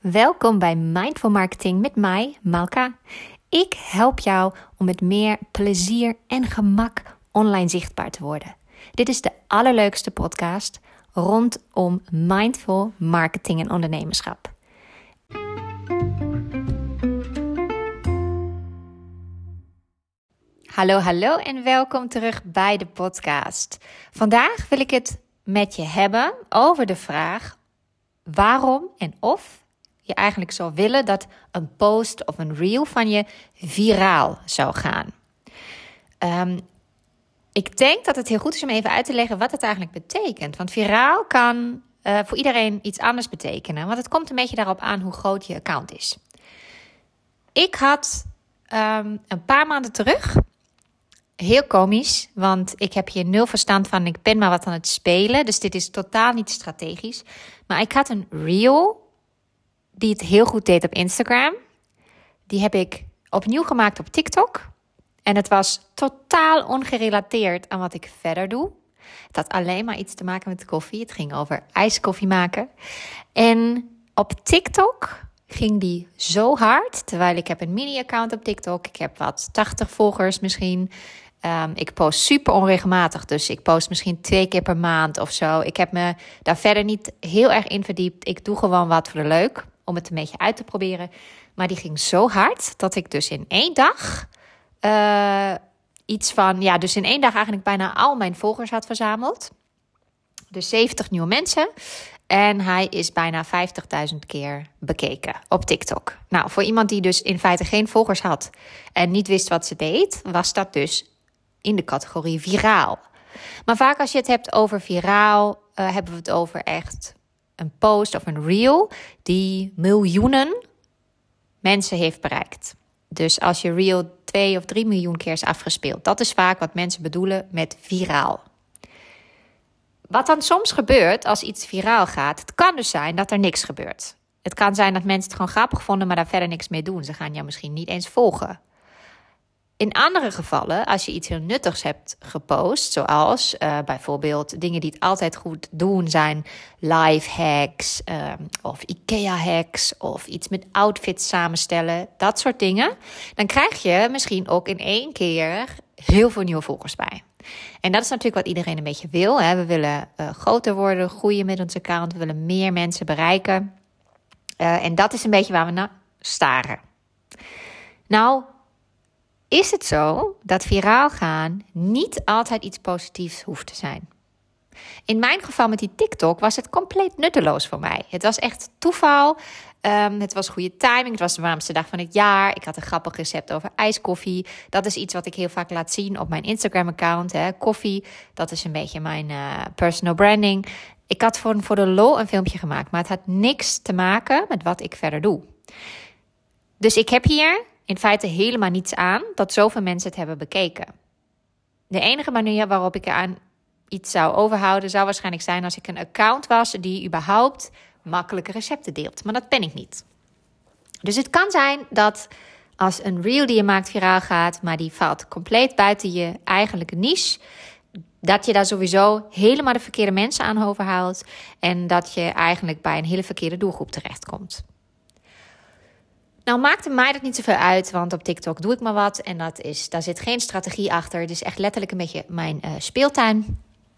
Welkom bij Mindful Marketing met mij, Malka. Ik help jou om met meer plezier en gemak online zichtbaar te worden. Dit is de allerleukste podcast rondom mindful marketing en ondernemerschap. Hallo en welkom terug bij de podcast. Vandaag wil ik het met je hebben over de vraag waarom en of je eigenlijk zou willen dat een post of een reel van je viraal zou gaan. Ik denk dat het heel goed is om even uit te leggen wat het eigenlijk betekent. Want viraal kan voor iedereen iets anders betekenen. Want het komt een beetje daarop aan hoe groot je account is. Ik had een paar maanden terug, heel komisch, want ik heb hier nul verstand van. Ik ben maar wat aan het spelen, dus dit is totaal niet strategisch. Maar ik had een reel die het heel goed deed op Instagram. Die heb ik opnieuw gemaakt op TikTok. En het was totaal ongerelateerd aan wat ik verder doe. Het had alleen maar iets te maken met koffie. Het ging over ijskoffie maken. En op TikTok ging die zo hard. Terwijl ik heb een mini-account op TikTok. Ik heb wat 80 volgers misschien. Ik post super onregelmatig. Dus ik post misschien 2 keer per maand of zo. Ik heb me daar verder niet heel erg in verdiept. Ik doe gewoon wat voor de leuk. Om het een beetje uit te proberen. Maar die ging zo hard dat ik dus in 1 dag dus in 1 dag eigenlijk bijna al mijn volgers had verzameld. Dus 70 nieuwe mensen. En hij is bijna 50.000 keer bekeken op TikTok. Nou, voor iemand die dus in feite geen volgers had en niet wist wat ze deed, was dat dus in de categorie viraal. Maar vaak als je het hebt over viraal, hebben we het over echt een post of een reel die miljoenen mensen heeft bereikt. Dus als je reel 2 of 3 miljoen keer is afgespeeld, dat is vaak wat mensen bedoelen met viraal. Wat dan soms gebeurt als iets viraal gaat, het kan dus zijn dat er niks gebeurt. Het kan zijn dat mensen het gewoon grappig vonden, maar daar verder niks mee doen. Ze gaan jou misschien niet eens volgen. In andere gevallen, als je iets heel nuttigs hebt gepost, zoals bijvoorbeeld dingen die het altijd goed doen zijn, life hacks of IKEA hacks of iets met outfits samenstellen, dat soort dingen, dan krijg je misschien ook in 1 keer heel veel nieuwe volgers bij. En dat is natuurlijk wat iedereen een beetje wil. Hè? We willen groter worden, groeien met ons account, we willen meer mensen bereiken. En dat is een beetje waar we naar staren. Nou, is het zo dat viraal gaan niet altijd iets positiefs hoeft te zijn? In mijn geval met die TikTok was het compleet nutteloos voor mij. Het was echt toeval. Het was goede timing. Het was de warmste dag van het jaar. Ik had een grappig recept over ijskoffie. Dat is iets wat ik heel vaak laat zien op mijn Instagram-account. Koffie, dat is een beetje mijn personal branding. Ik had voor de lol een filmpje gemaakt, maar het had niks te maken met wat ik verder doe. Dus ik heb hier in feite helemaal niets aan dat zoveel mensen het hebben bekeken. De enige manier waarop ik aan iets zou overhouden zou waarschijnlijk zijn als ik een account was die überhaupt makkelijke recepten deelt. Maar dat ben ik niet. Dus het kan zijn dat als een reel die je maakt viraal gaat, maar die valt compleet buiten je eigenlijke niche, dat je daar sowieso helemaal de verkeerde mensen aan overhoudt en dat je eigenlijk bij een hele verkeerde doelgroep terechtkomt. Nou maakte mij dat niet zoveel uit, want op TikTok doe ik maar wat en daar zit geen strategie achter. Het is echt letterlijk een beetje mijn speeltuin.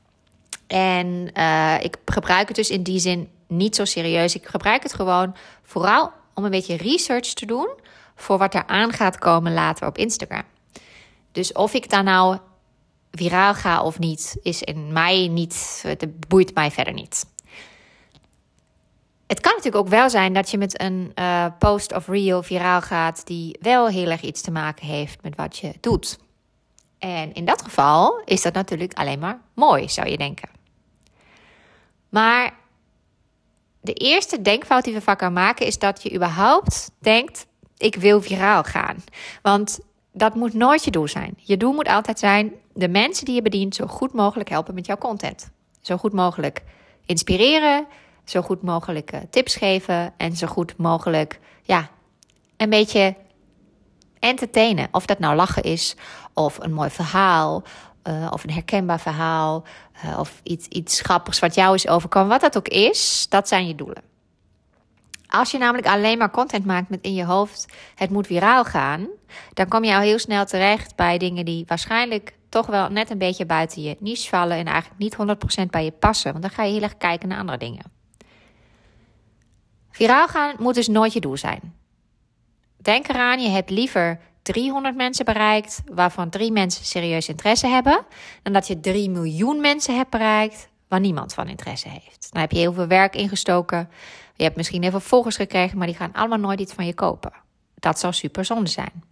En ik gebruik het dus in die zin niet zo serieus. Ik gebruik het gewoon vooral om een beetje research te doen voor wat er aan gaat komen later op Instagram. Dus of ik daar nou viraal ga of niet, is in mij niet, het boeit mij verder niet. Het kan natuurlijk ook wel zijn dat je met een post of reel viraal gaat die wel heel erg iets te maken heeft met wat je doet. En in dat geval is dat natuurlijk alleen maar mooi, zou je denken. Maar de eerste denkfout die we vaak kan maken is dat je überhaupt denkt, ik wil viraal gaan. Want dat moet nooit je doel zijn. Je doel moet altijd zijn de mensen die je bedient zo goed mogelijk helpen met jouw content. Zo goed mogelijk inspireren, zo goed mogelijk tips geven en zo goed mogelijk een beetje entertainen. Of dat nou lachen is, of een mooi verhaal, of een herkenbaar verhaal, of iets grappigs wat jou is overkomen. Wat dat ook is, dat zijn je doelen. Als je namelijk alleen maar content maakt met in je hoofd, het moet viraal gaan, dan kom je al heel snel terecht bij dingen die waarschijnlijk toch wel net een beetje buiten je niche vallen en eigenlijk niet 100% bij je passen. Want dan ga je heel erg kijken naar andere dingen. Viraal gaan moet dus nooit je doel zijn. Denk eraan, je hebt liever 300 mensen bereikt, waarvan 3 mensen serieus interesse hebben, dan dat je 3 miljoen mensen hebt bereikt, waar niemand van interesse heeft. Dan heb je heel veel werk ingestoken. Je hebt misschien heel veel volgers gekregen, maar die gaan allemaal nooit iets van je kopen. Dat zou super zonde zijn.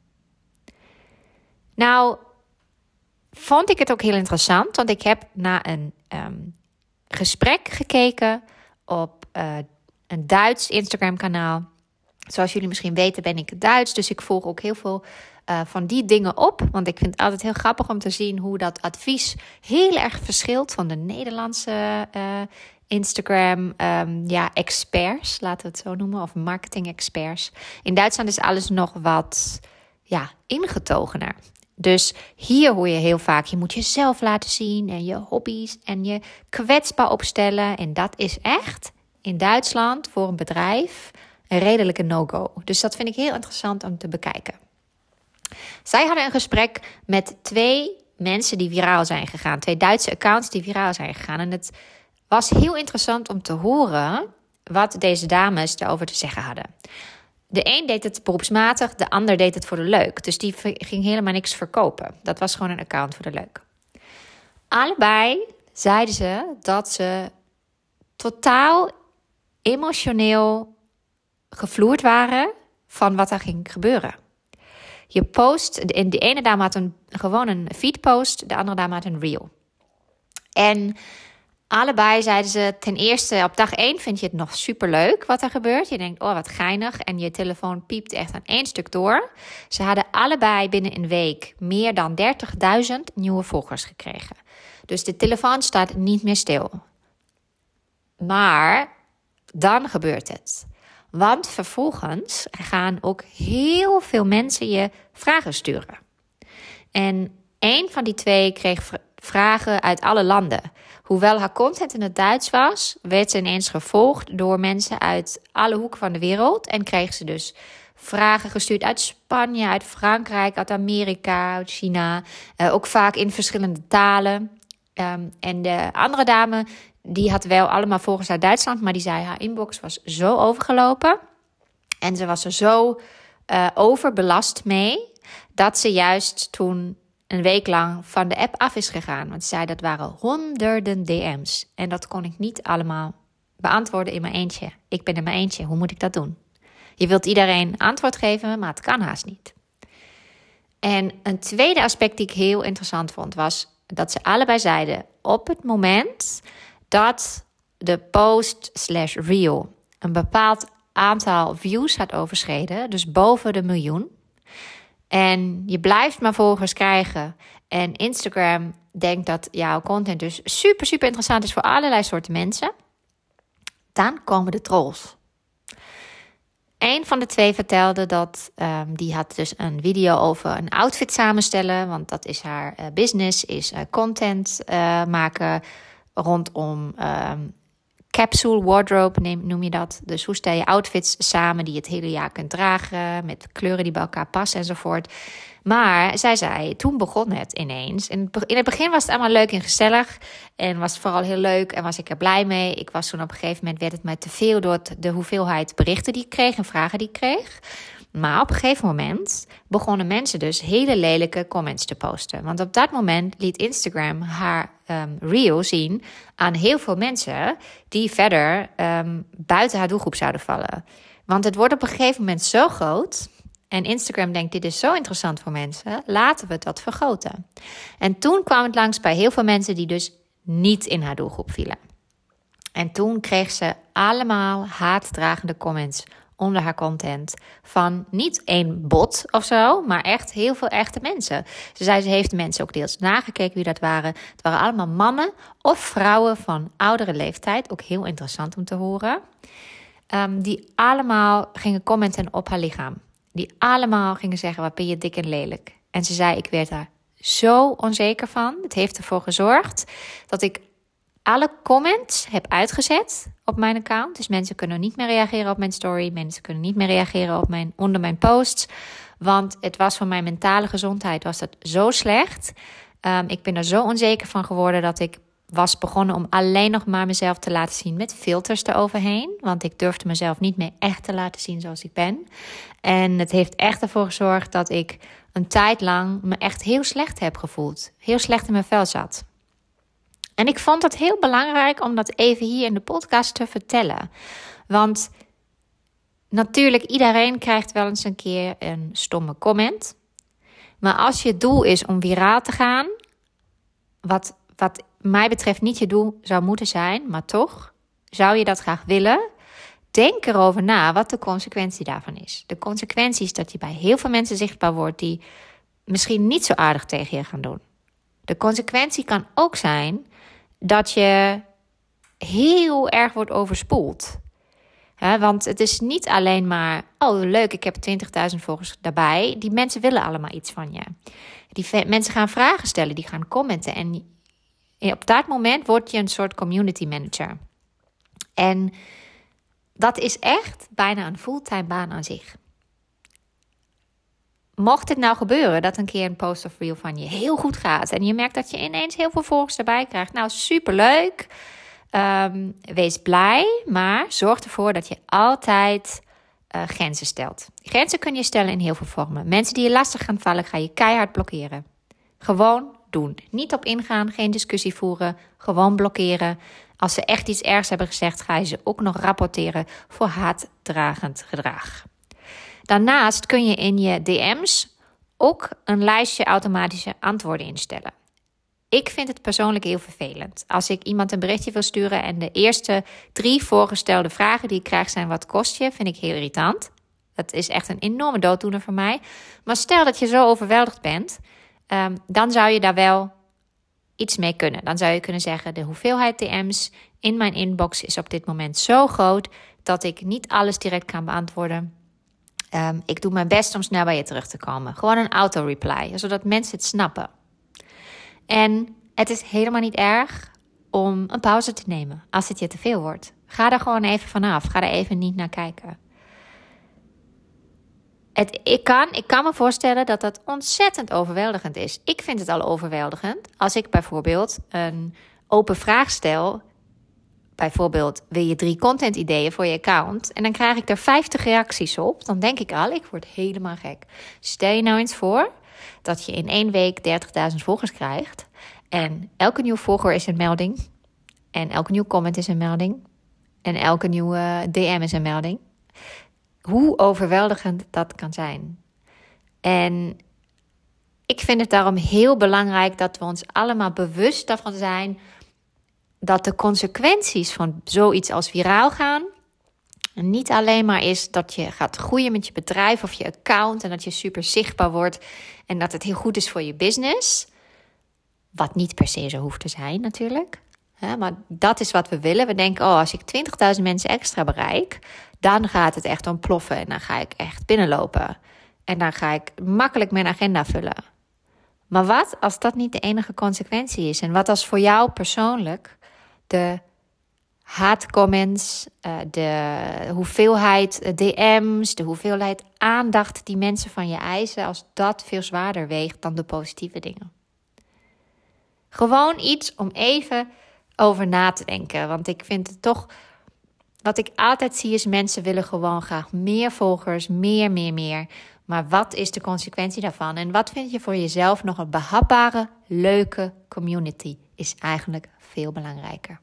Nou, vond ik het ook heel interessant, want ik heb naar een gesprek gekeken op een Duits Instagram kanaal. Zoals jullie misschien weten ben ik Duits, dus ik volg ook heel veel van die dingen op. Want ik vind het altijd heel grappig om te zien hoe dat advies heel erg verschilt van de Nederlandse Instagram experts, laten we het zo noemen, of marketing experts. In Duitsland is alles nog wat ingetogener. Dus hier hoor je heel vaak, je moet jezelf laten zien en je hobby's en je kwetsbaar opstellen. En dat is echt in Duitsland voor een bedrijf een redelijke no-go. Dus dat vind ik heel interessant om te bekijken. Zij hadden een gesprek met 2 mensen die viraal zijn gegaan. 2 Duitse accounts die viraal zijn gegaan. En het was heel interessant om te horen wat deze dames daarover te zeggen hadden. De een deed het beroepsmatig, de ander deed het voor de leuk. Dus die ging helemaal niks verkopen. Dat was gewoon een account voor de leuk. Allebei zeiden ze dat ze totaal emotioneel gevloerd waren van wat er ging gebeuren. Je post, de ene dame had gewoon een feedpost, de andere dame had een reel. En allebei zeiden ze, ten eerste op dag 1 vind je het nog superleuk wat er gebeurt. Je denkt, oh wat geinig. En je telefoon piept echt aan 1 stuk door. Ze hadden allebei binnen een week meer dan 30.000 nieuwe volgers gekregen. Dus de telefoon staat niet meer stil. Maar dan gebeurt het. Want vervolgens gaan ook heel veel mensen je vragen sturen. En 1 van die 2 kreeg vragen uit alle landen. Hoewel haar content in het Duits was, werd ze ineens gevolgd door mensen uit alle hoeken van de wereld. En kreeg ze dus vragen gestuurd uit Spanje, uit Frankrijk, uit Amerika, uit China. Ook vaak in verschillende talen. En de andere dame, die had wel allemaal volgers uit Duitsland, maar die zei haar inbox was zo overgelopen. En ze was er zo overbelast mee, dat ze juist toen een week lang van de app af is gegaan. Want ze zei dat waren honderden DM's. En dat kon ik niet allemaal beantwoorden in mijn eentje. Ik ben in mijn eentje, hoe moet ik dat doen? Je wilt iedereen antwoord geven, maar het kan haast niet. En een tweede aspect die ik heel interessant vond, was dat ze allebei zeiden, op het moment dat de post/reel een bepaald aantal views had overschreden, dus boven de 1 miljoen, en je blijft maar volgers krijgen en Instagram denkt dat jouw content dus super, super interessant is voor allerlei soorten mensen, dan komen de trolls. Een van de 2 vertelde dat die had dus een video over een outfit samenstellen, want dat is haar business, is content maken rondom capsule wardrobe, noem je dat. Dus hoe stel je outfits samen die je het hele jaar kunt dragen, met kleuren die bij elkaar passen enzovoort. Maar zij zei, toen begon het ineens. In het begin was het allemaal leuk en gezellig en was het vooral heel leuk en was ik er blij mee. Ik was toen op een gegeven moment, werd het mij te veel door de hoeveelheid berichten die ik kreeg en vragen die ik kreeg. Maar op een gegeven moment begonnen mensen dus hele lelijke comments te posten. Want op dat moment liet Instagram haar reel zien aan heel veel mensen die verder buiten haar doelgroep zouden vallen. Want het wordt op een gegeven moment zo groot. En Instagram denkt, dit is zo interessant voor mensen. Laten we dat vergroten. En toen kwam het langs bij heel veel mensen die dus niet in haar doelgroep vielen. En toen kreeg ze allemaal haatdragende comments onder haar content van niet 1 bot of zo, maar echt heel veel echte mensen. Ze zei, ze heeft mensen ook deels nagekeken wie dat waren. Het waren allemaal mannen of vrouwen van oudere leeftijd, ook heel interessant om te horen, die allemaal gingen commenten op haar lichaam. Die allemaal gingen zeggen, wat ben je dik en lelijk. En ze zei, ik werd daar zo onzeker van. Het heeft ervoor gezorgd dat ik alle comments heb uitgezet op mijn account. Dus mensen kunnen niet meer reageren op mijn story. Mensen kunnen niet meer reageren onder mijn posts. Want het was voor mijn mentale gezondheid was dat zo slecht. Ik ben er zo onzeker van geworden dat ik was begonnen om alleen nog maar mezelf te laten zien met filters eroverheen. Want ik durfde mezelf niet meer echt te laten zien zoals ik ben. En het heeft echt ervoor gezorgd dat ik een tijd lang me echt heel slecht heb gevoeld. Heel slecht in mijn vel zat. En ik vond het heel belangrijk om dat even hier in de podcast te vertellen. Want natuurlijk, iedereen krijgt wel eens een keer een stomme comment. Maar als je doel is om viraal te gaan, wat mij betreft niet je doel zou moeten zijn, maar toch zou je dat graag willen, denk erover na wat de consequentie daarvan is. De consequentie is dat je bij heel veel mensen zichtbaar wordt die misschien niet zo aardig tegen je gaan doen. De consequentie kan ook zijn dat je heel erg wordt overspoeld. Want het is niet alleen maar, oh leuk, ik heb 20.000 volgers daarbij. Die mensen willen allemaal iets van je. Die mensen gaan vragen stellen, die gaan commenten. En op dat moment word je een soort community manager. En dat is echt bijna een fulltime baan aan zich. Mocht het nou gebeuren dat een keer een post of reel van je heel goed gaat en je merkt dat je ineens heel veel volgers erbij krijgt. Nou, superleuk. Wees blij, maar zorg ervoor dat je altijd grenzen stelt. Grenzen kun je stellen in heel veel vormen. Mensen die je lastig gaan vallen, ga je keihard blokkeren. Gewoon doen. Niet op ingaan, geen discussie voeren, gewoon blokkeren. Als ze echt iets ergs hebben gezegd, ga je ze ook nog rapporteren voor haatdragend gedrag. Daarnaast kun je in je DM's ook een lijstje automatische antwoorden instellen. Ik vind het persoonlijk heel vervelend. Als ik iemand een berichtje wil sturen en de eerste 3 voorgestelde vragen die ik krijg zijn wat kost je, vind ik heel irritant. Dat is echt een enorme dooddoener voor mij. Maar stel dat je zo overweldigd bent, dan zou je daar wel iets mee kunnen. Dan zou je kunnen zeggen, de hoeveelheid DM's in mijn inbox is op dit moment zo groot dat ik niet alles direct kan beantwoorden. Ik doe mijn best om snel bij je terug te komen. Gewoon een auto-reply, zodat mensen het snappen. En het is helemaal niet erg om een pauze te nemen als het je te veel wordt. Ga er gewoon even vanaf. Ga er even niet naar kijken. Ik kan me voorstellen dat dat ontzettend overweldigend is. Ik vind het al overweldigend als ik bijvoorbeeld een open vraag stel. Bijvoorbeeld, wil je 3 content ideeën voor je account? En dan krijg ik er 50 reacties op. Dan denk ik al, ik word helemaal gek. Stel je nou eens voor dat je in 1 week 30.000 volgers krijgt. En elke nieuwe volger is een melding. En elke nieuwe comment is een melding. En elke nieuwe DM is een melding. Hoe overweldigend dat kan zijn. En ik vind het daarom heel belangrijk dat we ons allemaal bewust daarvan zijn dat de consequenties van zoiets als viraal gaan niet alleen maar is dat je gaat groeien met je bedrijf of je account en dat je super zichtbaar wordt en dat het heel goed is voor je business. Wat niet per se zo hoeft te zijn natuurlijk. Maar dat is wat we willen. We denken, als ik 20.000 mensen extra bereik, dan gaat het echt ontploffen en dan ga ik echt binnenlopen. En dan ga ik makkelijk mijn agenda vullen. Maar wat als dat niet de enige consequentie is? En wat als voor jou persoonlijk de haatcomments, de hoeveelheid DM's, de hoeveelheid aandacht die mensen van je eisen, als dat veel zwaarder weegt dan de positieve dingen? Gewoon iets om even over na te denken. Want ik vind het toch, wat ik altijd zie is mensen willen gewoon graag meer volgers, meer. Maar wat is de consequentie daarvan? En wat vind je voor jezelf nog een behapbare, leuke community? Is eigenlijk veel belangrijker.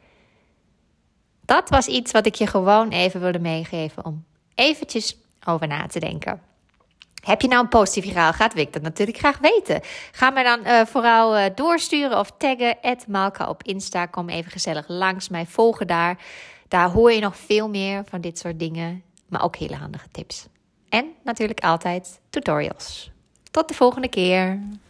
Dat was iets wat ik je gewoon even wilde meegeven om eventjes over na te denken. Heb je nou een post die viraal gaat? Wil ik dat natuurlijk graag weten. Ga me dan vooral doorsturen of taggen @Malka op Insta. Kom even gezellig langs mij volgen daar. Daar hoor je nog veel meer van dit soort dingen, maar ook hele handige tips. En natuurlijk altijd tutorials. Tot de volgende keer.